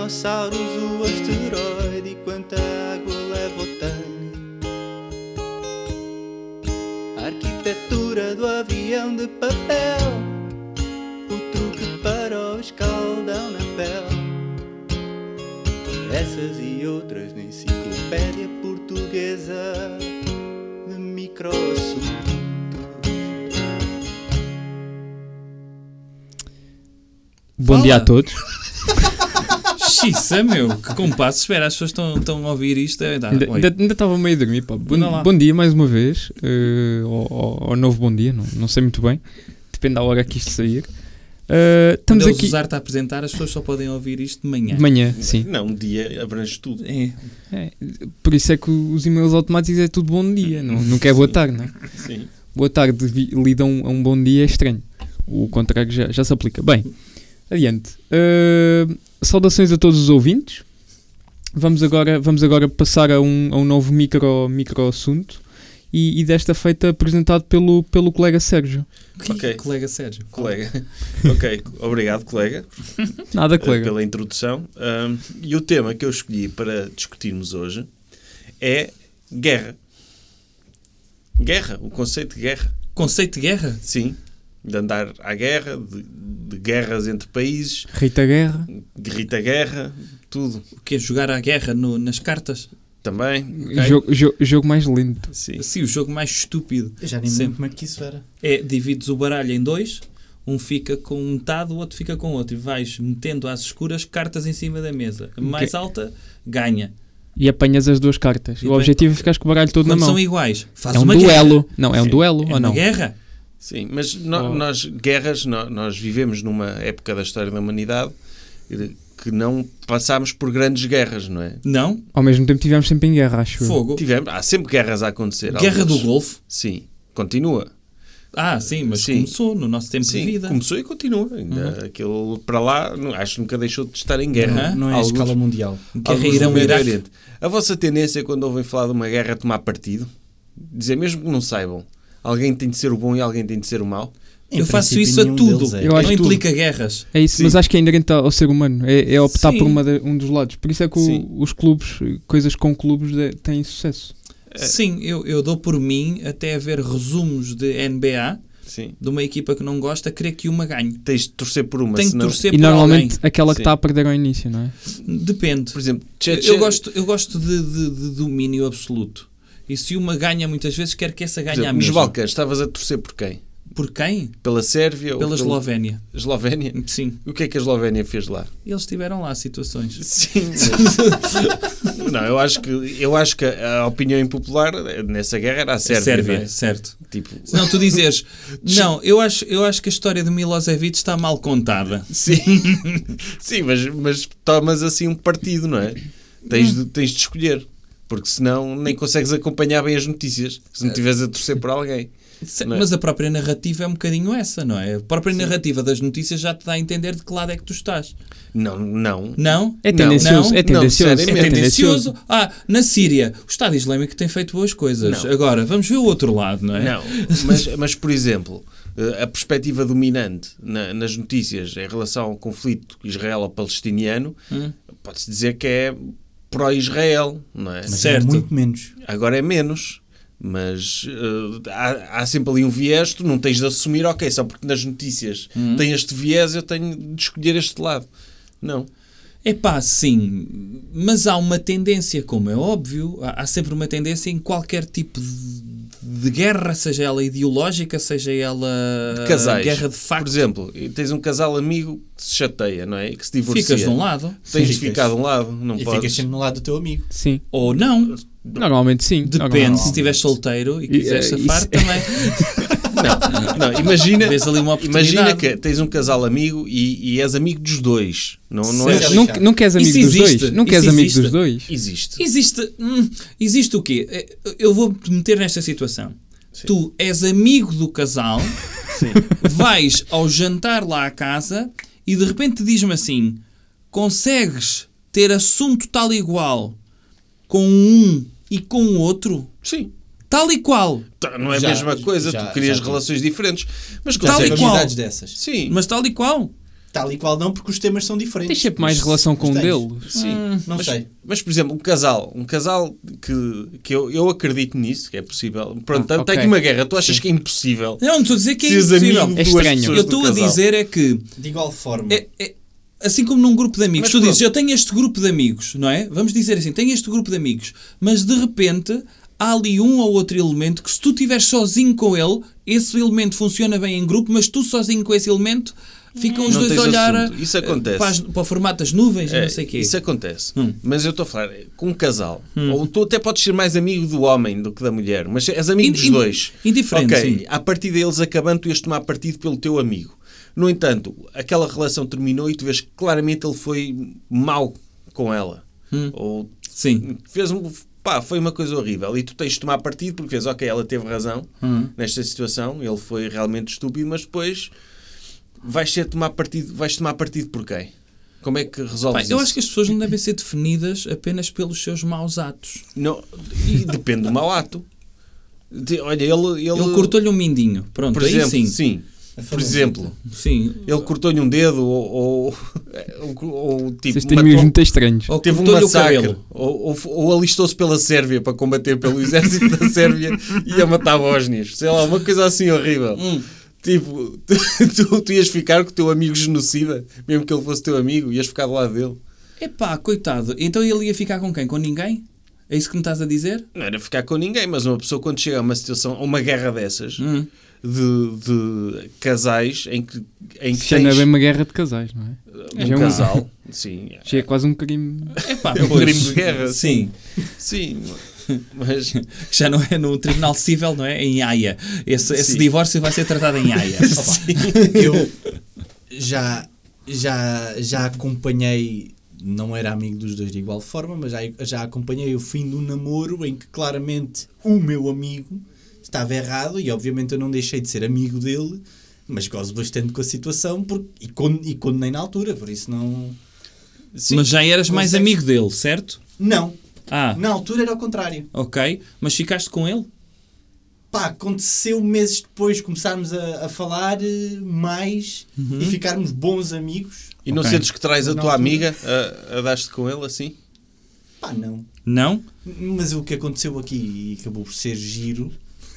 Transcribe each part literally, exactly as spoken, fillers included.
dinossauros, o asteroide e quanta água leva o tanque. A arquitetura do avião de papel, o truque para o escaldão na pele. Essas e outras na enciclopédia portuguesa de microassuntos. Bom Fala. dia a todos. Xiça, meu, que compasso. Espera, as pessoas estão, estão a ouvir isto. É, tá, Ainda, oi. ainda, ainda estava meio a dormir. Pá. Bom, Anda lá. bom dia mais uma vez. Uh, ou, ou, ou novo bom dia, não, não sei muito bem. Depende da hora que isto sair. Uh, estamos Quando aqui. o Zar-te a apresentar, as pessoas só podem ouvir isto de manhã. De manhã, sim. Não, um dia abrange tudo. É. É, por isso é que os e-mails automáticos é tudo bom dia. Não, nunca é boa tarde, não é? Sim. Boa tarde vi- lida a um, a um bom dia é estranho. O contrário já, já se aplica. Bem, adiante. Uh, saudações a todos os ouvintes. Vamos agora, vamos agora passar a um, a um novo micro, micro assunto e, e desta feita apresentado pelo, pelo colega Sérgio. Ok. Colega Sérgio. Colega. Ok, obrigado, colega, Nada, eh, colega. pela introdução. Um, e o tema que eu escolhi para discutirmos hoje é guerra. Guerra, o conceito de guerra. Conceito de guerra? Sim, de andar à guerra, de, de guerras entre países, Rita Guerra. de Rita Guerra, tudo O que é jogar à guerra no- nas cartas? também. Ok. Jogo, jo- jogo mais lento. Sim. Sim, o jogo mais estúpido. Eu já nem me Sempre. lembro como é que isso era. É, divides o baralho em dois, um fica com metade, o outro fica com o outro. E vais metendo às escuras cartas em cima da mesa. A mais alta, ganha. E apanhas as duas cartas. E O bem- objetivo é ficar com o baralho todo Quando na mão. são iguais, faz É um uma duelo. guerra. Não, é um Sim. duelo É ou uma não? guerra. Sim, mas no- Oh. nós, guerras, no- nós vivemos numa época da história da humanidade eh, que não passámos por grandes guerras, não é? Não? Ao mesmo tempo tivemos sempre em guerra, acho eu. Fogo. Tivemos, há sempre guerras a acontecer. Guerra algumas. do Golfo. Sim, continua. Ah, sim, mas Sim. começou no nosso tempo Sim, de vida. começou e continua. Ainda Aquilo para lá, não- acho que nunca deixou de estar em guerra. Aham. Não é a Alguns- escala mundial. Guerra alguns do Médio Irão-Iraque. Oriente. A vossa tendência, quando ouvem falar de uma guerra, é tomar partido? Dizer, mesmo que não saibam, alguém tem de ser o bom e alguém tem de ser o mau? Em Eu faço princípio, isso a nenhum tudo. deles é. Eu Não acho implica guerras. É isso, Sim. mas acho que é inerente ao ao ser humano. É, é optar Sim. por uma de- um dos lados. Por isso é que o- Sim. os clubes, coisas com clubes, de- têm sucesso. Sim, eu, eu dou por mim até a ver resumos de N B A Sim. de uma equipa que não gosta, querer que uma ganhe. Tens de torcer por uma, Tem que senão... torcer E por normalmente alguém. aquela que Sim. está a perder ao início, não é? Depende. Por exemplo, Eu, Tchetchen- eu gosto, eu gosto de, de- de domínio absoluto. E se uma ganha muitas vezes, quero que essa por ganhe exemplo, a nos mesma. Balcãs, estavas a torcer por quem? Por quem? Pela Sérvia ou Pela pela Eslovénia. Eslovénia? Sim. E o que é que a Eslovénia fez lá? Eles tiveram lá situações. Sim. Não, eu acho que eu acho que a opinião impopular nessa guerra era a Sérvia. Sérvia, não é? certo. Tipo, Não, tu dizes, não, eu acho, eu acho que a história de Milosevic está mal contada. sim, sim, mas, mas tomas assim um partido, não é? Tens de, tens de escolher, porque senão nem consegues acompanhar bem as notícias se não estiveres a torcer por alguém. Se- Não é? Mas a própria narrativa é um bocadinho essa, não é? A própria narrativa das notícias já te dá a entender de que lado é que tu estás. Não, não. Não? É Não, tendencioso. não, é tendencioso. não, É seriamente. tendencioso. Ah, na Síria, o Estado Islâmico tem feito boas coisas. Não. Agora, vamos ver o outro lado, não é? Não, mas, mas por exemplo, eh, a perspectiva dominante na- nas notícias em relação ao conflito israelo-palestiniano, Hum. pode-se dizer que é pró-Israel, não é? Mas Certo. é muito menos. Agora é menos. Mas eh, há, há sempre ali um viés, tu não tens de assumir, ok, só porque nas notícias Hum. tem este viés, eu tenho de escolher este lado. Não. É pá, sim, mas há uma tendência, como é óbvio, há, há sempre uma tendência em qualquer tipo de, de guerra, seja ela ideológica, seja ela Casais. guerra de facto. Por exemplo, tens um casal amigo que se chateia, não é? E que se divorcia. Ficas de um lado, Tens de Ficas. ficar de um lado, não E podes. ficas sempre no lado do teu amigo. Sim. ou não, Normalmente sim. depende, Normalmente. se estiveres solteiro e E, quiseres eh, safar isso- também, Não, não, imagina, vês ali uma oportunidade. imagina que tens um casal amigo e, e és amigo dos dois. Não, não Certo. és... Não, não queres amigo Isso dos existe. dois? Não Isso queres amigo existe. dos dois? Existe. Existe, hum, existe o quê? Eh, Eu vou-te meter nesta situação. Tu és amigo do casal, vais ao jantar lá à casa e de repente diz-me assim: consegues ter assunto tal e igual com um e com o outro? Sim. Tal e qual. Tá, não é Já, a mesma coisa, já, tu crias já. relações diferentes. Mas Tal e consegues... qual. amizades dessas. Sim. Mas tal e qual. Tal e qual não, porque os temas são diferentes. Tens sempre mais Mas relação com um tens. deles. Sim. Hum, Não mas, sei. mas, por exemplo, um casal, um casal que, que eu, eu acredito nisso, que é possível. Pronto, Ah, está ok. aqui uma guerra. Tu achas que é impossível? Não, não estou a dizer que é Seres impossível. amigo de É duas estranho. pessoas Eu do estou a casal. dizer é que De igual forma. É, é- assim como num grupo de amigos, Mas tu pronto. dizes, eu tenho este grupo de amigos, não é? Vamos dizer assim, tenho este grupo de amigos, mas de repente há ali um ou outro elemento que se tu estiveres sozinho com ele, esse elemento funciona bem em grupo, mas tu sozinho com esse elemento, ficam os Não dois tens a olhar assunto. Isso eh, acontece. para, as- para o formato das nuvens e É, não sei o quê. isso acontece. Hum. Mas eu estou a falar com um casal. Ou tu até podes ser mais amigo do homem do que da mulher, mas és amigo In- dos in- dois. indiferente, Ok, sim. a partir deles acabando, tu ias tomar partido pelo teu amigo. No entanto, aquela relação terminou e tu vês que claramente ele foi mau com ela. Hum. Ou Sim. fez um. Pá, foi uma coisa horrível. E tu tens de tomar partido porque vês, ok, ela teve razão Hum. nesta situação, ele foi realmente estúpido, mas depois vais ser tomar partido, vais tomar partido por quem? Como é que Pá, resolves eu isso? acho que as pessoas não devem ser definidas apenas pelos seus maus atos. Não, e depende do mau ato. De- olha, ele... Ele, Ele cortou-lhe um mindinho. Pronto, por aí exemplo, sim. sim. Por exemplo, Sim. ele cortou-lhe um dedo ou, ou, ou, ou tipo... Vocês têm matou- amigos muito estranhos. Ou Teve um cortou-lhe o massacre, cabelo. ou, ou, ou alistou-se pela Sérvia para combater pelo exército da Sérvia e ia matar bósnios. Sei lá, uma coisa assim horrível. Hum. Tipo, tu, tu ias ficar com o teu amigo genocida, mesmo que ele fosse teu amigo, ias ficar do lado dele. Epá, coitado. Então ele ia ficar com quem? Com ninguém? É isso que me estás a dizer? Não era ficar com ninguém, mas uma pessoa quando chega a uma situação, a uma guerra dessas, Hum. de, de casais em que, em que Já não é tens bem uma guerra de casais, não é? um já é um- casal, sim, Já é quase um crime. Epá, é um pois. crime de guerra, Sim. sim, mas Já não é no Tribunal Cível, não é? Em Haia. Esse, esse Sim. divórcio vai ser tratado em Haia. Eu já, já, já acompanhei, não era amigo dos dois de igual forma, mas já, já acompanhei o fim de um namoro em que claramente o meu amigo estava errado e obviamente eu não deixei de ser amigo dele, mas gozo bastante com a situação porque, e, con, e condenei na altura, por isso não... sim, Mas já eras mais consegues- amigo dele, certo? Não, Ah, na altura era ao contrário. ok. Mas ficaste com ele? Pá, aconteceu meses depois começarmos a, a falar eh, mais e ficarmos bons amigos. e não Ok. sentes que traz a Na tua altura- amiga a, a dar-te com ele assim? Pá, não. Não? Mas o que aconteceu aqui e acabou por ser giro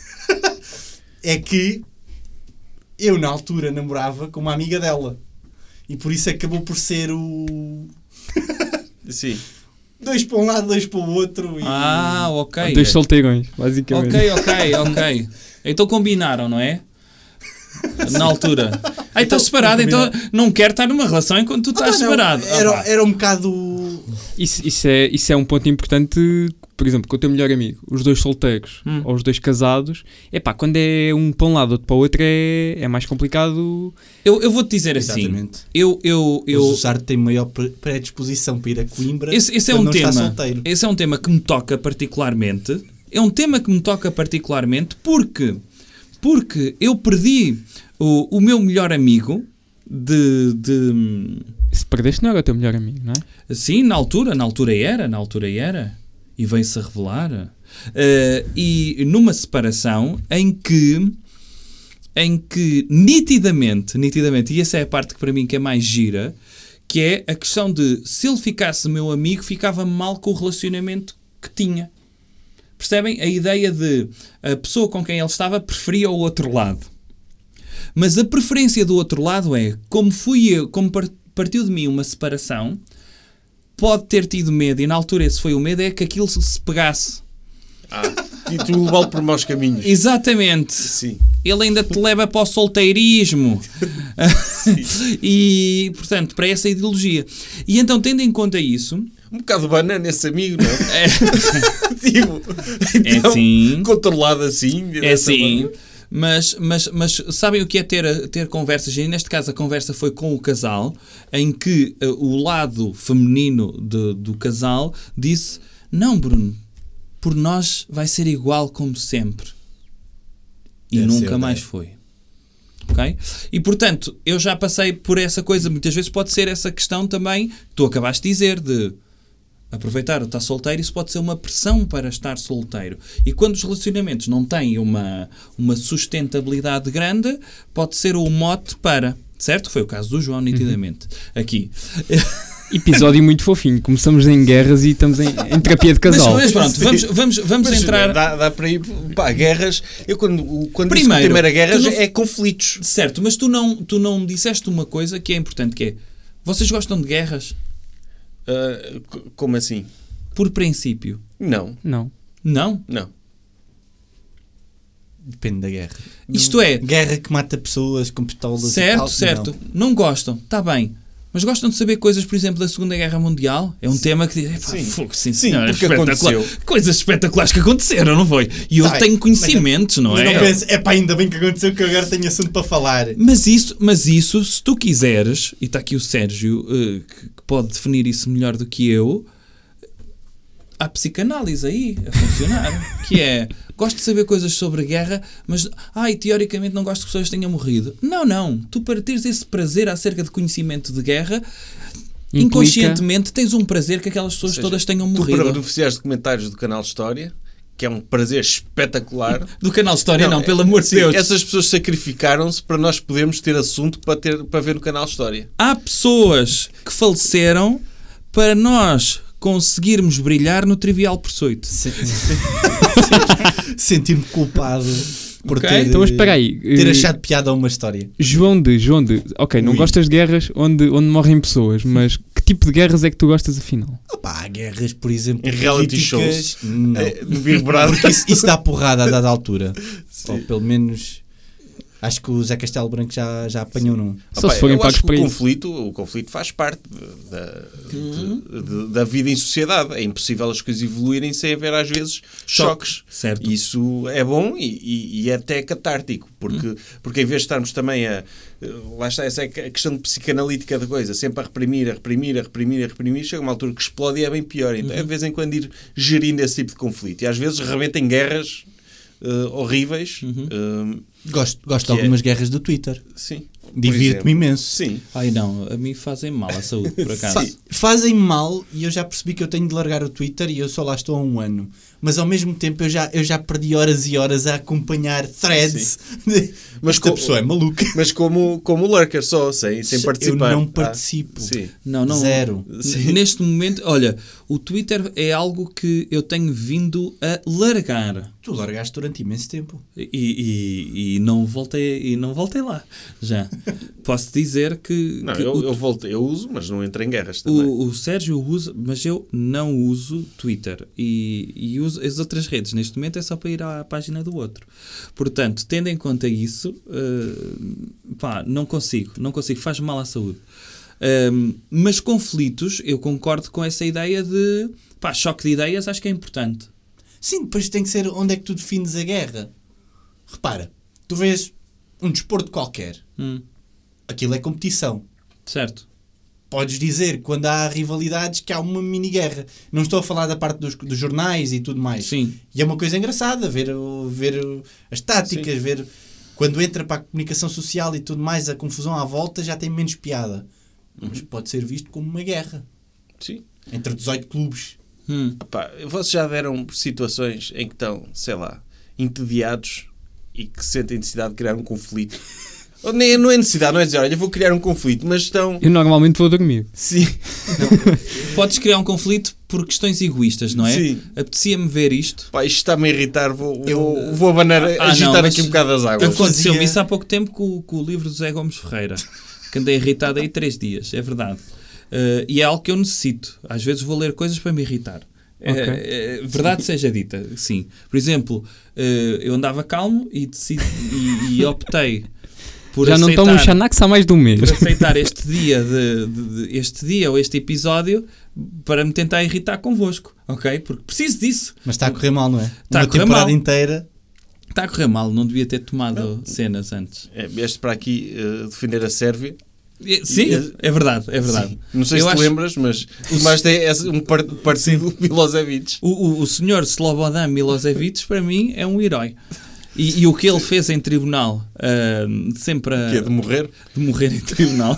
é que eu na altura namorava com uma amiga dela e por isso acabou por ser o Sim. dois para um lado, dois para o outro e... Ah, ok. Dois solteirões, basicamente. Ok, ok, ok. Então combinaram, não é? Na altura. Ah, estás separado, então não quero estar numa relação enquanto tu Ah, estás não, separado. Ah, era, pá. era um bocado... Isso, isso, é, isso é um ponto importante, por exemplo, com o teu melhor amigo, os dois solteiros Hum. ou os dois casados, epá, quando é um para um lado, outro para o outro, é, é mais complicado. Eu, eu vou-te dizer assim. Exatamente. Eu, eu, Eu... eu, O Sartre tem maior pre- predisposição para ir a Coimbra esse, esse é quando um não está tema. solteiro. Esse é um tema que me toca particularmente. É um tema que me toca particularmente porque, porque eu perdi o, o meu melhor amigo de, de. Se perdeste, não era o teu melhor amigo, não é? Sim, na altura, na altura era, na altura era. E veio-se a revelar. Eh, e numa separação em que, em que nitidamente, nitidamente, e essa é a parte que para mim que é mais gira, que é a questão de se ele ficasse meu amigo, ficava mal com o relacionamento que tinha. Percebem? A ideia de a pessoa com quem ele estava preferia o outro lado. Mas a preferência do outro lado é, como fui eu, como par- partiu de mim uma separação, pode ter tido medo, e na altura esse foi o medo, é que aquilo se pegasse. Ah, e tu levá-lo por maus caminhos. Exatamente. Sim. Ele ainda te leva para o solteirismo. E, portanto, para essa ideologia. E então, tendo em conta isso, Um bocado de banana esse amigo, não é? é, tipo, é então, assim, controlado assim. é dessa assim. maneira. Mas, mas, mas sabem o que é ter, ter conversas? E neste caso a conversa foi com o casal, em que uh, o lado feminino de, do casal disse: não, Bruno, por nós vai ser igual como sempre. E Deve nunca ser, mais deve. foi. Ok? E portanto, eu já passei por essa coisa. Muitas vezes pode ser essa questão também que tu acabaste de dizer, de aproveitar o estar solteiro. Isso pode ser uma pressão para estar solteiro. E quando os relacionamentos não têm uma, uma sustentabilidade grande, pode ser o mote para Certo? Foi o caso do João, nitidamente. Aqui. Episódio muito fofinho. Começamos em guerras e estamos em, em terapia de casal. Mas, mas pronto, vamos, vamos, vamos Mas, entrar... Dá, dá para ir. Pá, guerras. Eu quando, quando disse que Primeiro, o tema era guerras, tu não- é conflitos. Certo, mas tu não, tu não disseste uma coisa que é importante, que é... Vocês gostam de guerras? Ah, c- como assim? Por princípio. Não, Não. Não? não. Depende da guerra. Isto é... Guerra que mata pessoas com pistolas e Certo, tal, certo. não. Não gostam, está bem. Mas gostam de saber coisas, por exemplo, da Segunda Guerra Mundial? É um tema que diz, Sim. fogo, sim, Sim, senhora, porque espetacular. aconteceu. Coisas espetaculares que aconteceram, não foi? E eu Tá bem, tenho conhecimentos, não Mas é? não penso, é pá, ainda bem que aconteceu que eu agora tenho assunto para falar. Mas isso, mas isso, se tu quiseres, e está aqui o Sérgio, eh, que, que pode definir isso melhor do que eu, há psicanálise aí a funcionar, que é, gosto de saber coisas sobre a guerra, mas, ai, teoricamente não gosto que pessoas tenham morrido. Não, não. Tu, para teres esse prazer acerca de conhecimento de guerra, Implica- inconscientemente tens um prazer que aquelas pessoas Ou seja, todas tenham Tu, para morrido. beneficiares de comentários do canal História, que é um prazer espetacular. Do canal História, não, é- pelo amor de sim, Deus. Essas pessoas sacrificaram-se para nós podermos ter assunto para, ter, para ver no canal História. Há pessoas que faleceram para nós conseguirmos brilhar no Trivial Pursuit. Sentir-me culpado por Ok, ter, Então, mas espera aí. ter eh, achado piada a uma história. João de, João de, ok, não Ui. gostas de guerras onde, onde morrem pessoas, mas que tipo de guerras é que tu gostas afinal? Opa, há guerras, por exemplo, Em reality políticas. shows. Não. É, no Big Brother. Porque isso, isso dá porrada a dada altura. Ou pelo menos acho que o Zé Castelo Branco já, já apanhou num. Só Opa, se forem eu pagos acho que para o isso. conflito, o conflito faz parte de- da, de- de- da vida em sociedade. É impossível as coisas evoluírem sem haver, às vezes, choques. Certo. Isso é bom e, e, e é até catártico, porque, porque em vez de estarmos também a... Lá está, essa é a questão de psicanalítica da coisa, sempre a reprimir, a reprimir, a reprimir, a reprimir, chega uma altura que explode e é bem pior. Então é de vez em quando ir gerindo esse tipo de conflito. E às vezes rebenta em guerras eh, horríveis. eh, Gosto, gosto de Que é- algumas guerras do Twitter. sim. por Divirto-me exemplo. imenso. Sim. Ai não, a mim fazem mal a saúde, por acaso. Fa- Fazem mal e eu já percebi que eu tenho de largar o Twitter e eu só lá estou há um ano. Mas ao mesmo tempo eu já, eu já perdi horas e horas a acompanhar threads. Mas Mas esta co- pessoa é maluca. Mas como, como lurker só, sem, sem participar. Eu não Ah, participo. sim. Não, não. Zero. N- Neste momento, olha, o Twitter é algo que eu tenho vindo a largar. Tu largaste durante imenso tempo. E, e, e não voltei e não voltei lá. Já. Posso dizer que, Não, que eu, o, eu, volto, eu uso, mas não entro em guerras também. o, o Sérgio usa, mas eu não uso Twitter e, e uso as outras redes. Neste momento é só para ir à página do outro. Portanto, tendo em conta isso, uh, pá, não consigo, não consigo, faz mal à saúde. Um, mas conflitos, eu concordo com essa ideia de pá, choque de ideias, acho que é importante. Sim, depois tem que ser onde é que tu defines a guerra. Repara, tu vês um desporto qualquer. Hum, Aquilo é competição. certo. Podes dizer, quando há rivalidades, que há uma mini-guerra. Não estou a falar da parte dos, dos jornais e tudo mais. Sim. E é uma coisa engraçada ver, o- ver o- as táticas, ver... Quando entra para a comunicação social e tudo mais, a confusão à volta já tem menos piada. Mas pode ser visto como uma guerra. Sim. Entre dezoito clubes. Hum. Epá, vocês já deram situações em que estão, sei lá, entediados e que sentem necessidade de criar um conflito? Ou nem, não é necessidade, não é dizer, olha, vou criar um conflito, mas estão... Eu normalmente vou dormir. Sim. Podes criar um conflito por questões egoístas, não é? Sim. Apetecia-me ver isto. Pá, isto está-me a irritar, vou, Eu- vou, vou abanar, Ah, agitar não, mas aqui um bocado as águas. Aconteceu-me fazia- isso há pouco tempo com, com o livro do Zé Gomes Ferreira, que andei irritado aí três dias, é verdade. Uh, e é algo que eu necessito. Às vezes vou ler coisas para me irritar. É, Ok. é, verdade seja dita, sim. Por exemplo, uh, eu andava calmo e, decidi, e, e optei por Já não aceitar, tomo um Xanax há mais de um mês. por aceitar este dia, de, de- de- este dia ou este episódio para me tentar irritar convosco, ok? Porque preciso disso. Mas está a correr mal, não é? Está a uma correr temporada mal. inteira. Está a correr mal, não devia ter tomado cenas antes. É, vieste para aqui eh, defender a Sérvia. É, Sim, é verdade, é verdade. Sim. Não sei Eu se te acho- lembras, mas tomaste esse- um par- partido Milosevic. O, o, o senhor Slobodan Milosevic, para mim, é um herói. E, e o que ele fez em tribunal, ahm, sempre a, Que é de morrer. de morrer em tribunal,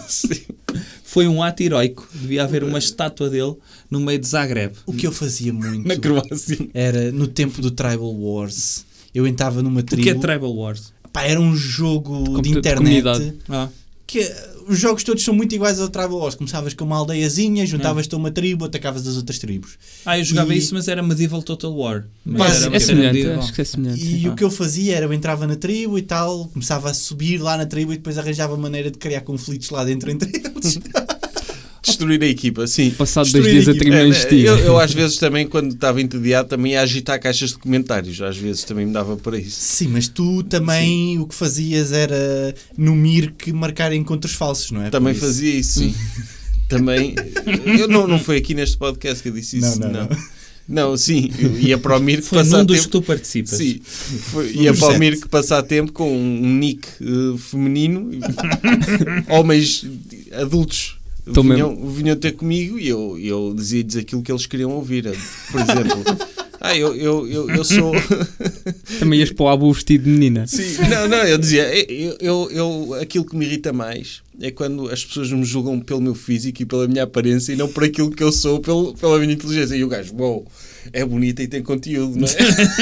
foi um ato heroico. Devia haver uma estátua dele no meio de Zagreb. O que eu fazia muito Na Croácia. era no tempo do Tribal Wars. Eu entrava numa O tribo. que é Tribal Wars? Pá, era um jogo de, compu- de internet comunidade. Ah, que os jogos todos são muito iguais ao Tribal Wars. Começavas com uma aldeiazinha, juntavas-te a uma tribo, atacavas as outras tribos. Ah, eu jogava E- isso, mas era Medieval Total War. Mas Pá, era- É era semelhante, medieval. acho que é semelhante. E sim. o que eu fazia era, eu entrava na tribo e tal, começava a subir lá na tribo e depois arranjava maneira de criar conflitos lá dentro entre eles. Destruir a equipa, sim. Passado dois Destruir dias a a equipa. terminar É, de investir. eu, eu às vezes também, quando estava entediado, também ia agitar caixas de comentários. Às vezes também me dava para isso. Sim, mas tu também o que fazias era no Mirk marcar encontros falsos, não é? Também Por isso. fazia isso, sim. Também. Eu não, não foi aqui neste podcast que eu disse isso. Não, Não, não, não. não. sim. Eu ia para o Mirk Foi passar num dos que tempo. tu participas. Sim, foi, ia dos para o sete. Mirk passar tempo com um nick eh, feminino, homens adultos. Tô Vinham, vinham ter comigo e eu, eu dizia-lhes aquilo que eles queriam ouvir. Por exemplo, ah, eu, eu, eu, eu sou. Também ias para o Abu vestido de menina. Sim, não, não, eu dizia, eu, eu, eu, aquilo que me irrita mais é quando as pessoas me julgam pelo meu físico e pela minha aparência e não por aquilo que eu sou, pelo, pela minha inteligência. E o gajo, uou, é bonita e tem conteúdo, não é?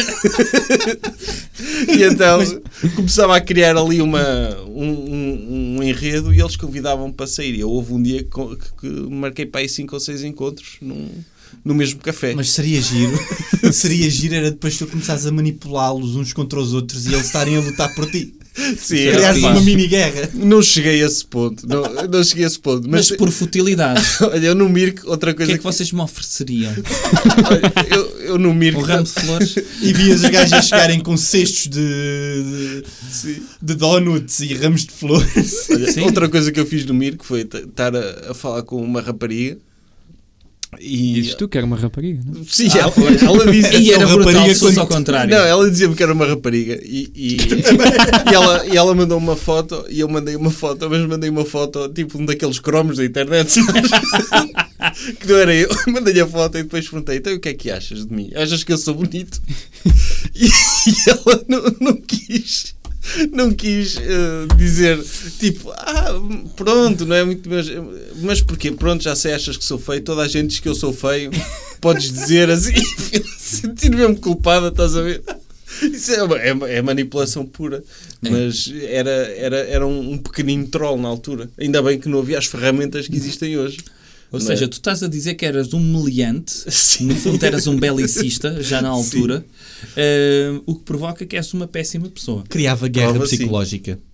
E então começava a criar ali uma, um, um, um enredo e eles convidavam-me para sair. Eu houve um dia que, que, que marquei para aí cinco ou seis encontros num, no mesmo café. Mas seria giro, seria giro era depois tu começares a manipulá-los uns contra os outros e eles estarem a lutar por ti. Sim, Criares sim. uma mini-guerra. Não cheguei a esse ponto. Não, não cheguei a esse ponto. Mas Mas, por futilidade. olha, eu no Mirk, outra O que coisa é que vocês me ofereceriam? olha, eu, eu no Mirk. Um ramo de flores? E vias os gajos a chegarem com cestos de, de, Sim. de donuts e ramos de flores. Olha, Sim. outra coisa que eu fiz no Mirk foi t- estar a, a falar com uma rapariga. E Dizes tu que era uma rapariga, não? sim, ela, ela dizia E era Então, brutal rapariga se fosse quando- ao contrário. Não, ela dizia-me que era uma rapariga e, e, e, ela, e ela mandou uma foto e eu mandei uma foto, mas mandei uma foto tipo um daqueles cromos da internet que não era eu. Mandei a foto e depois perguntei, então o que é que achas de mim? Achas que eu sou bonito? E, e ela não, não quis não quis uh, dizer tipo, ah, pronto, não é muito, mas, mas porquê? Pronto, já sei, achas que sou feio, toda a gente diz que eu sou feio, podes dizer assim, sentir mesmo culpada, estás a ver? Isso é, uma- é, uma- é manipulação pura, mas era, era, era um, um pequenino troll na altura. Ainda bem que não havia as ferramentas que existem hoje. Ou Não seja, é? tu estás a dizer que eras um meliante, Sim. no fundo eras um belicista, já na altura, eh, o que provoca que és uma péssima pessoa. Criava guerra Prova, sim. psicológica.